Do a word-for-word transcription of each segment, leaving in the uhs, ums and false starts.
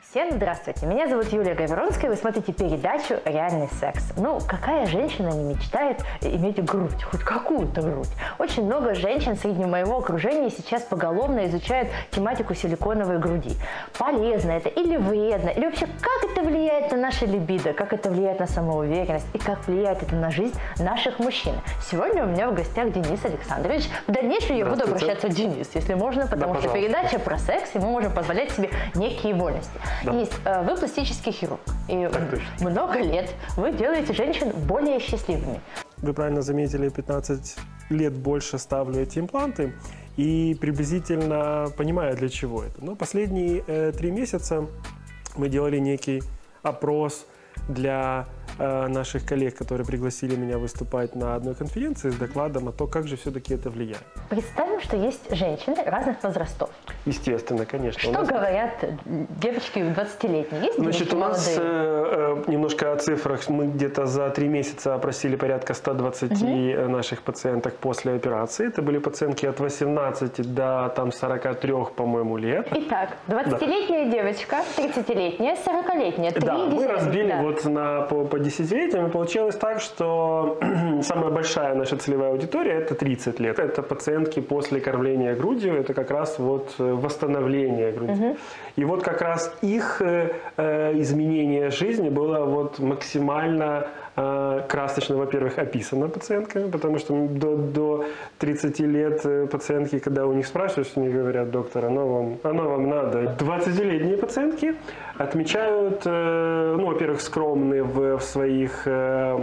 Всем здравствуйте, меня зовут Юлия Гавронская, вы смотрите передачу «Реальный секс». Ну, какая женщина не мечтает иметь грудь, хоть какую-то грудь? Очень много женщин среди моего окружения сейчас поголовно изучают тематику силиконовой груди. Полезно это или вредно? Или вообще, как это влияет на наше либидо, как это влияет на самоуверенность и как влияет это на жизнь наших мужчин? Сегодня у меня в гостях Денис Александрович. В дальнейшем я буду обращаться Денис, если можно, потому да, что передача про секс, и мы можем позволять себе некие вольности. Да. Денис, вы пластический хирург, и много лет вы делаете женщин более счастливыми. Вы правильно заметили, пятнадцать лет больше ставлю эти импланты и приблизительно понимаю, для чего это. Но последние э, три месяца мы делали некий опрос для э, наших коллег, которые пригласили меня выступать на одной конференции с докладом о том, как же все-таки это влияет. Представим, что есть женщины разных возрастов. Естественно, конечно. Что у нас... говорят девочки двадцатилетние? Есть Значит, у нас э, немножко о цифрах. Мы где-то за три месяца опросили порядка ста двадцати угу. наших пациенток после операции. Это были пациентки от восемнадцати до там, сорока трёх, по-моему, лет. Итак, двадцатилетняя да. девочка, тридцатилетняя, сорокалетняя. Да, мы разбили да. вот на, по, по десятилетиям, и получилось так, что самая большая наша целевая аудитория – это тридцать лет. Это пациентки после кормления грудью, это как раз вот восстановление груди. Угу. И вот как раз их э, изменение жизни было вот максимально э, красочно, во-первых, описано пациентками, потому что до, до тридцати лет пациентки, когда у них спрашиваешь, они говорят: доктор, оно вам, оно вам надо. двадцатилетние пациентки отмечают, э, ну, во-первых, скромные в, в своих э,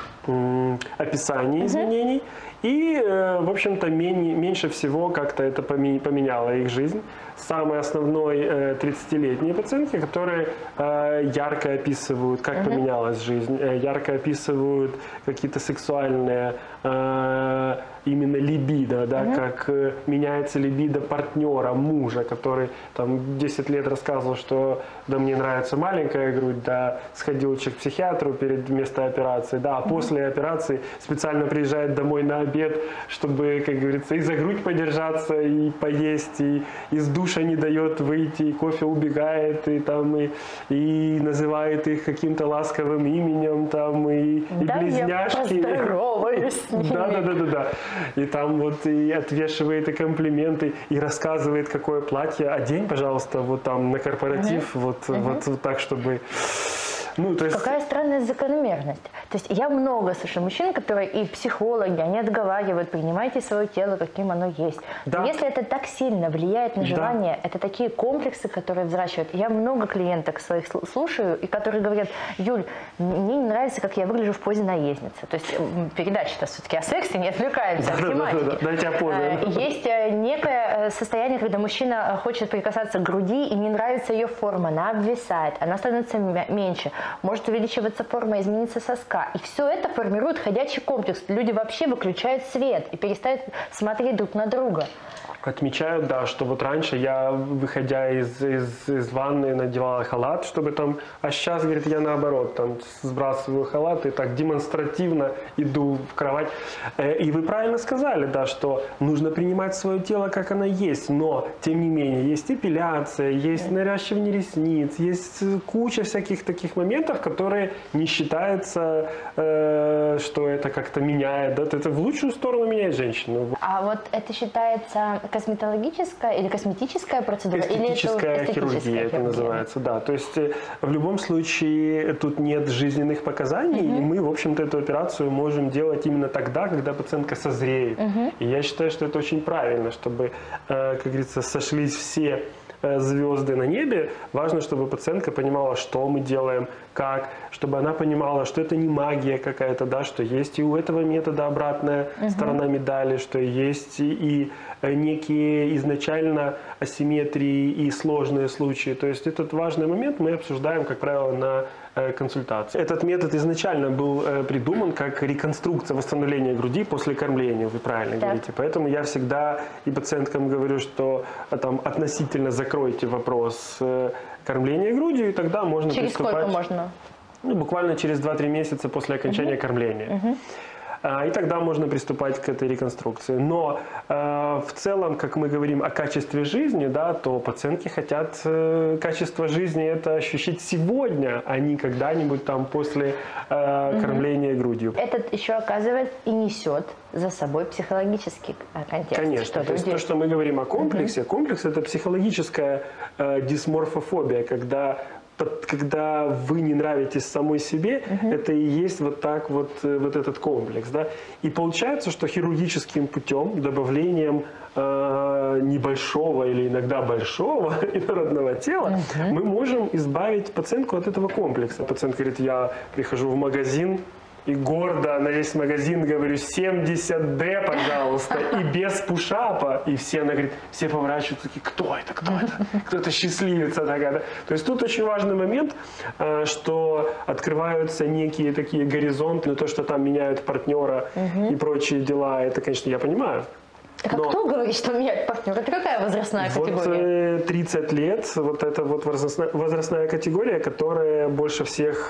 э, описании изменений. И, в общем-то, меньше всего как-то это поменяло их жизнь. Самый основной тридцатилетние пациентки, которые ярко описывают, как uh-huh. поменялась жизнь, ярко описывают какие-то сексуальные именно либидо, да, uh-huh. как меняется либидо партнера, мужа, который там десять лет рассказывал, что да, мне нравится маленькая грудь, да, сходил человек к психиатру перед место операции, да, а uh-huh. после операции специально приезжает домой на обед, чтобы, как говорится, и за грудь подержаться, и поесть, и из душа не дает выйти, и кофе убегает, и там, и, и называет их каким-то ласковым именем, там, и, да, и близняшки. Я поздороваюсь с ними. Да, да, да, да, да. И там вот и отвешивает и комплименты, и рассказывает, какое платье. Одень, пожалуйста, вот там на корпоратив, uh-huh. вот, uh-huh. вот, вот так, чтобы... Ну, то есть... Какая странная закономерность. То есть я много слышу мужчин, которые и психологи, они отговаривают: принимайте свое тело, каким оно есть. Да. Но если это так сильно влияет на желание, да. это такие комплексы, которые взращивают. Я много клиенток своих слушаю, и которые говорят: Юль, мне не нравится, как я выгляжу в позе наездницы. То есть передача-то все-таки о сексе, не отвлекаемся от тематики. Дайте опору. Есть некое состояние, когда мужчина хочет прикасаться к груди, и не нравится ее форма, она обвисает, она становится меньше. Может увеличиваться форма, измениться соска. И все это формирует ходячий комплекс. Люди вообще выключают свет и перестают смотреть друг на друга. Отмечают, да, что вот раньше я, выходя из, из, из ванны, надевала халат, чтобы там, а сейчас, говорит, я наоборот, там, сбрасываю халат и так демонстративно иду в кровать. И вы правильно сказали, да, что нужно принимать свое тело, как оно есть, но, тем не менее, есть эпиляция, есть наращивание ресниц, есть куча всяких таких моментов, которые не считается, э, что это как-то меняет, да, это в лучшую сторону меняет женщину. А вот это считается косметологическая или косметическая процедура? Эстетическая или это хирургия, хирургия это называется, да. То есть в любом случае тут нет жизненных показаний, uh-huh. и мы, в общем-то, эту операцию можем делать именно тогда, когда пациентка созреет. Uh-huh. И я считаю, что это очень правильно, чтобы, как говорится, сошлись все звезды на небе. Важно, чтобы пациентка понимала, что мы делаем, как, чтобы она понимала, что это не магия какая-то, да, что есть и у этого метода обратная uh-huh. сторона медали, что есть и, и некие изначально асимметрии и сложные случаи. То есть этот важный момент мы обсуждаем, как правило, на консультации. Этот метод изначально был придуман как реконструкция восстановления груди после кормления, вы правильно да. говорите. Поэтому я всегда и пациенткам говорю, что там относительно закройте вопрос кормления грудью, и тогда можно Через приступать. Через сколько можно? Ну, буквально через два-три месяца после окончания uh-huh. кормления. Uh-huh. и тогда можно приступать к этой реконструкции. Но э, в целом, как мы говорим о качестве жизни, да, то пациентки хотят э, качество жизни это ощущать сегодня, а не когда-нибудь там после э, кормления угу. грудью. Этот еще, оказывается, и несет за собой психологический контекст. Конечно. Что то люди... есть то, что мы говорим о комплексе, угу. комплекс это психологическая э, дисморфофобия, когда когда вы не нравитесь самой себе, uh-huh. это и есть вот так вот, вот этот комплекс. Да? И получается, что хирургическим путем, добавлением э, небольшого или иногда большого инородного тела, uh-huh. мы можем избавить пациентку от этого комплекса. Пациент говорит, я прихожу в магазин, и гордо на весь магазин говорю, семьдесят дэ, пожалуйста, и без пушапа. И все, она говорит, все поворачиваются, такие, кто это, кто это? Кто-то счастливица такая. То есть тут очень важный момент, что открываются некие такие горизонты, но то, что там меняют партнера угу. и прочие дела, это, конечно, я понимаю. Так а Но... кто говорит, что меняет партнера? Это какая возрастная категория? Вот тридцать лет, вот это вот возрастная, возрастная категория, которая больше всех,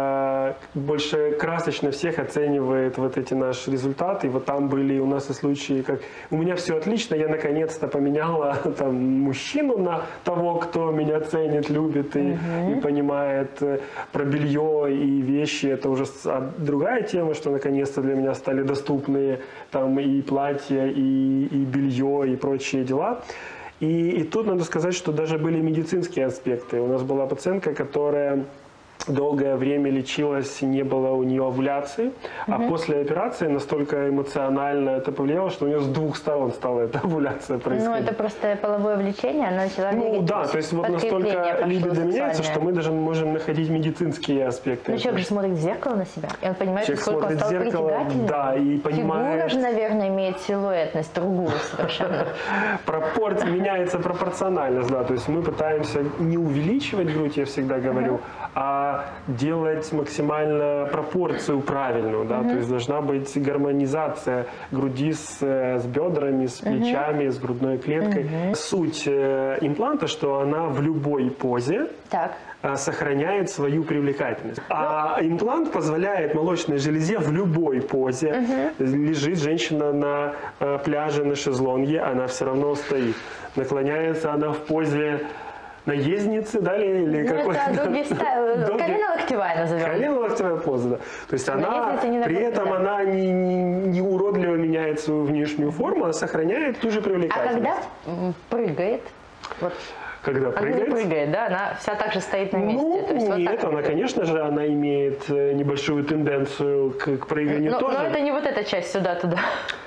больше красочно всех оценивает вот эти наши результаты. И вот там были у нас и случаи, как у меня все отлично, я наконец-то поменяла там мужчину на того, кто меня ценит, любит и, угу. и понимает про белье и вещи. Это уже другая тема, что наконец-то для меня стали доступны там и платья, и и белье, и прочие дела. И, и тут надо сказать, что даже были медицинские аспекты. У нас была пациентка, которая долгое время лечилась, не было у нее овуляции, угу. а после операции настолько эмоционально это повлияло, что у нее с двух сторон стала эта овуляция происходить. Ну, это просто половое влечение, она начала Ну, да, то есть вот настолько либидо меняется, что мы даже можем находить медицинские аспекты. Ну, человек же смотрит в зеркало на себя, и он понимает, человек насколько он стал зеркало, притягательным. Да, и понимает... Фигура же, наверное, имеет силуэтность, другую совершенно. Пропорция меняется пропорционально, да, то есть мы пытаемся не увеличивать грудь, я всегда говорю, а делать максимально пропорцию правильную, да, uh-huh. то есть должна быть гармонизация груди с, с бедрами, с плечами, uh-huh. с грудной клеткой. Uh-huh. Суть э, импланта, что она в любой позе так. э, сохраняет свою привлекательность. А uh-huh. имплант позволяет молочной железе в любой позе. Uh-huh. Лежит женщина на э, пляже, на шезлонге, она все равно стоит. Наклоняется она в позе наездницы, да, или ну, какой-то... Это доги стайл, колено-локтевая назовем. Колено-локтевая поза, да. То есть она, при этом да. она не, не, не уродливо меняет свою внешнюю форму, а сохраняет ту же привлекательность. А когда прыгает? Вот. Когда прыгает? Она прыгает, да, она вся так же стоит на месте. Ну, То есть нет, вот она, конечно же, она имеет небольшую тенденцию к, к прыганию но, тоже. Но это не вот эта часть сюда-туда.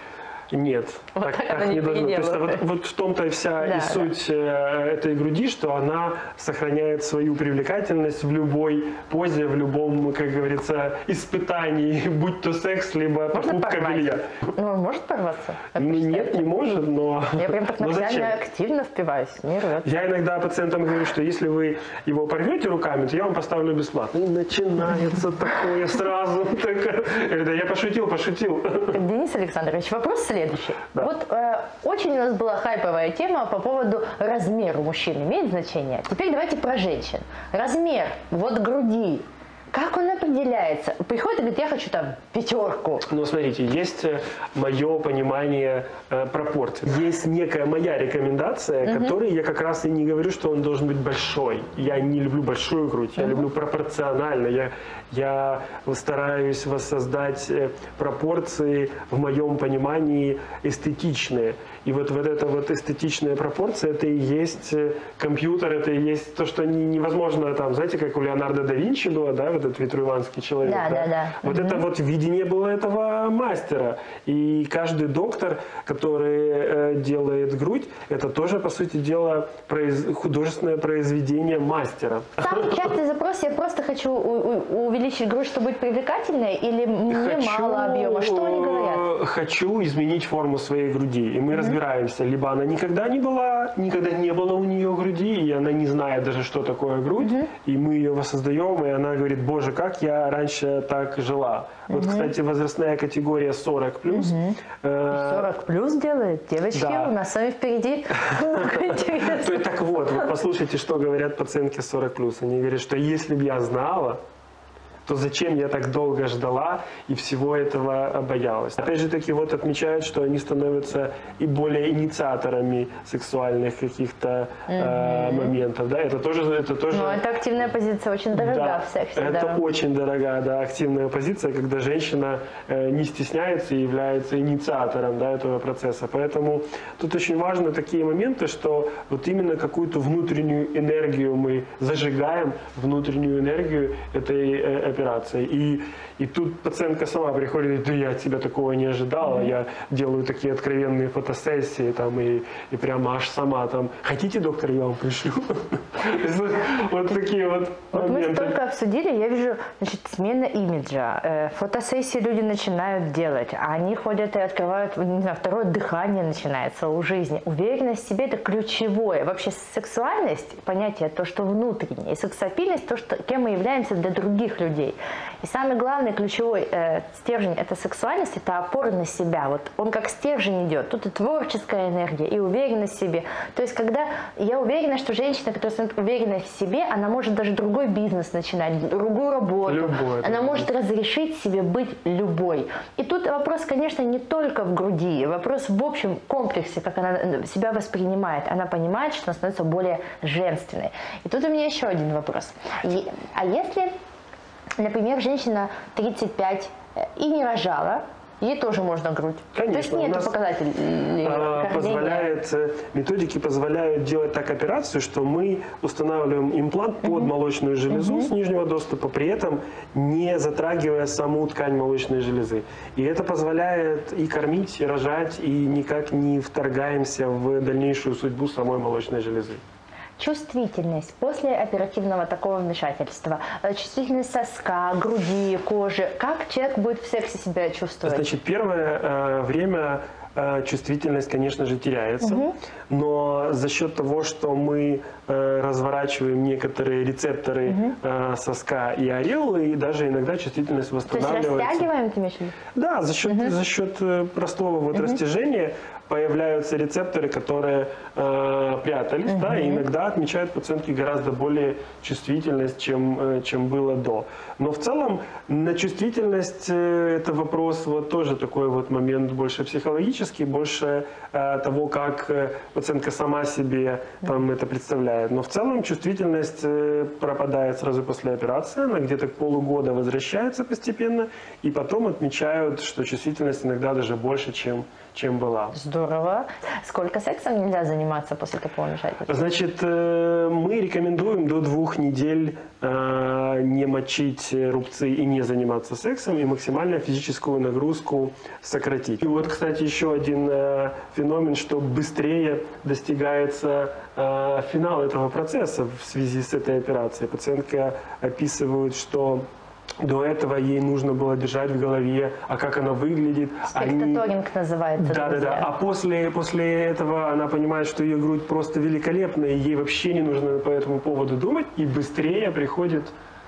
Нет, вот так, так так не, не должно. То есть, вот, вот в том-то и вся да, и суть да. этой груди, что она сохраняет свою привлекательность в любой позе, в любом, как говорится, испытании, будь то секс, либо покупка белья. Ну, он может порваться? Ну, нет, не может, но... Я прям так максимально активно впиваюсь, не рвет. Я иногда пациентам говорю, что если вы его порвете руками, то я вам поставлю бесплатно. И начинается такое сразу. Я пошутил, пошутил. Денис Александрович, вопрос следующий. Да. Вот э, очень у нас была хайповая тема по поводу размера мужчин. Имеет значение? Теперь давайте про женщин. Размер вот груди. Как он определяется? Приходит и говорит, я хочу там пятерку. Ну, смотрите, есть мое понимание э, пропорций. Есть некая моя рекомендация, угу. которой я как раз и не говорю, что он должен быть большой. Я не люблю большую грудь, я угу. люблю пропорционально. Я, я стараюсь воссоздать пропорции в моем понимании эстетичные. И вот, вот эта вот эстетичная пропорция, это и есть компьютер, это и есть то, что не, невозможно, там, знаете, как у Леонардо да Винчи было, да, вот этот витруеванский человек. Да, да? да, да. Вот угу. это вот видение было этого мастера. И каждый доктор, который э, делает грудь, это тоже, по сути дела, произ... художественное произведение мастера. Самый частый запрос, я просто хочу у- у- увеличить грудь, чтобы быть привлекательной, или мне хочу, мало объема? Что они говорят? Хочу изменить форму своей груди. И мы угу. разбираемся. Либо она никогда не была, никогда не было у нее груди, и она не знает даже, что такое грудь. Угу. И мы ее воссоздаем, и она говорит, боже, как я раньше так жила. Вот, угу. кстати, возрастная категория сорок плюс. Угу. Э- сорок плюс делает? Девочки, да. у нас с вами впереди. Так вот, послушайте, что говорят пациентки сорок плюс. Они говорят, что если бы я знала, то зачем я так долго ждала и всего этого боялась. Опять же таки вот отмечают, что они становятся и более инициаторами сексуальных каких-то mm-hmm. э, моментов. Да? Это тоже, это тоже... Ну, это активная позиция, очень дорога да, в сексе. Это да. очень дорога, да, активная позиция, когда женщина э, не стесняется и является инициатором, да, этого процесса. Поэтому тут очень важны такие моменты, что вот именно какую-то внутреннюю энергию мы зажигаем, внутреннюю энергию этой э, операции. И, и тут пациентка сама приходит и говорит: да я от тебя такого не ожидала, mm-hmm. я делаю такие откровенные фотосессии там, и, и прямо аж сама там: хотите, доктор, я вам пришлю? Вот такие вот Вот мы столько обсудили, я вижу, значит, смена имиджа. Фотосессии люди начинают делать, а они ходят и открывают, не знаю, второе дыхание начинается у жизни. Уверенность в себе – это ключевое. Вообще сексуальность, понятие, то, что внутреннее, и сексапильность – то, что, кем мы являемся для других людей. И самый главный ключевой э, стержень – это сексуальность, это опора на себя. Вот он как стержень идет. Тут и творческая энергия, и уверенность в себе. То есть, когда я уверена, что женщина, которая становится уверенной в себе, она может даже другой бизнес начинать, другую работу. Любой, она да. может разрешить себе быть любой. И тут вопрос, конечно, не только в груди, вопрос в общем комплексе, как она себя воспринимает. Она понимает, что она становится более женственной. И тут у меня еще один вопрос. А если, например, женщина тридцать пять и не рожала, ей тоже можно грудь. Конечно, то есть нет показателей. А, позволяет, методики позволяют делать так операцию, что мы устанавливаем имплант под uh-huh. молочную железу uh-huh. с нижнего доступа, при этом не затрагивая саму ткань молочной железы. И это позволяет и кормить, и рожать, и никак не вторгаемся в дальнейшую судьбу самой молочной железы. Чувствительность после оперативного такого вмешательства, чувствительность соска, груди, кожи. Как человек будет в сексе себя чувствовать? Значит, первое э, время э, чувствительность, конечно же, теряется, угу. но за счет того, что мы э, разворачиваем некоторые рецепторы угу. э, соска и ореолы, и даже иногда чувствительность восстанавливается. То есть растягиваем, ты имеешь в виду? Да, за счет, угу. за счет простого вот угу. растяжения появляются рецепторы, которые э, прятались, uh-huh. да, и иногда отмечают пациентки гораздо более чувствительность, чем, э, чем было до. Но в целом на чувствительность э, это вопрос вот тоже такой вот момент больше психологический, больше э, того, как э, пациентка сама себе там это представляет. Но в целом чувствительность э, пропадает сразу после операции, она где-то к полугода возвращается постепенно, и потом отмечают, что чувствительность иногда даже больше, чем чем была. Здорово. Сколько сексом нельзя заниматься после такого вмешательства? Значит, мы рекомендуем до двух недель не мочить рубцы и не заниматься сексом, и максимально физическую нагрузку сократить. И вот, кстати, еще один феномен, что быстрее достигается финал этого процесса в связи с этой операцией. Пациентка описывает, что до этого ей нужно было держать в голове, а как она выглядит. Спектаторинг они... называется. Да, да, да. А после, после этого она понимает, что ее грудь просто великолепная, и ей вообще не нужно по этому поводу думать, и быстрее приходит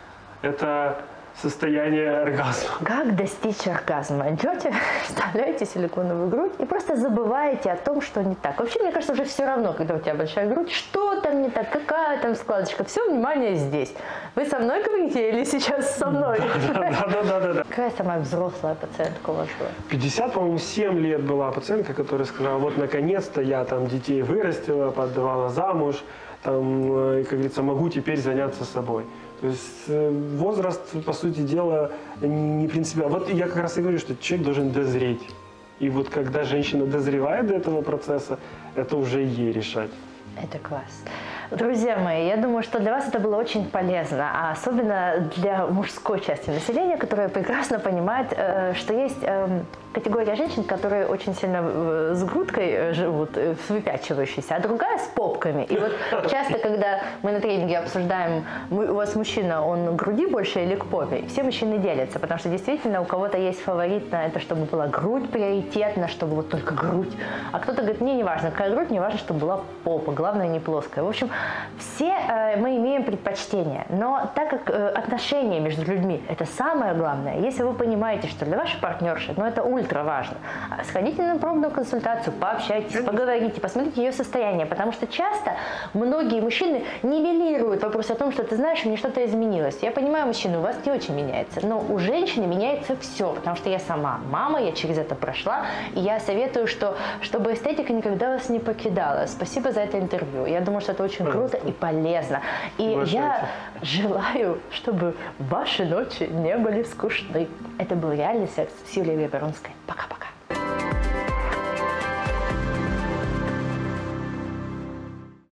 это состояние оргазма. Как достичь оргазма? Идете, вставляете силиконовую грудь и просто забываете о том, что не так. Вообще, мне кажется, уже все равно, когда у тебя большая грудь, что там не так, какая там складочка. Все внимание здесь. Вы со мной говорите или сейчас со мной? Да, да, да, да, да. Какая самая взрослая пациентка у вас была? пятьдесят, по-моему, семь лет была пациентка, которая сказала: вот наконец-то я там детей вырастила, поддавала замуж, там, и, как говорится, могу теперь заняться собой. То есть возраст, по сути дела, не принципиально. Вот я как раз и говорю, что человек должен дозреть. И вот когда женщина дозревает до этого процесса, это уже ей решать. Это класс. Друзья мои, я думаю, что для вас это было очень полезно, а особенно для мужской части населения, которая прекрасно понимает, что есть категория женщин, которые очень сильно с грудкой живут, выпячивающиеся, а другая с попками. И вот часто, когда мы на тренинге обсуждаем, у вас мужчина, он к груди больше или к попе, все мужчины делятся, потому что действительно у кого-то есть фаворит на это, чтобы была грудь приоритетна, чтобы вот только грудь. А кто-то говорит: мне не важно, какая грудь, мне важно, чтобы была попа, главное не плоская. В общем, Все э, мы имеем предпочтения, но так как э, отношения между людьми – это самое главное, если вы понимаете, что для вашей партнерши, ну, это ультра важно, сходите на пробную консультацию, пообщайтесь, поговорите, посмотрите ее состояние, потому что часто многие мужчины нивелируют вопрос о том, что ты знаешь, мне что-то изменилось. Я понимаю, мужчина, у вас не очень меняется, но у женщины меняется все, потому что я сама мама, я через это прошла, и я советую, что чтобы эстетика никогда вас не покидала. Спасибо за это интервью. Я думаю, что это очень круто и полезно. И Уважайте. я желаю, чтобы ваши ночи не были скучны. Это был «Реальный секс» с Юлией Гавронской. Пока-пока.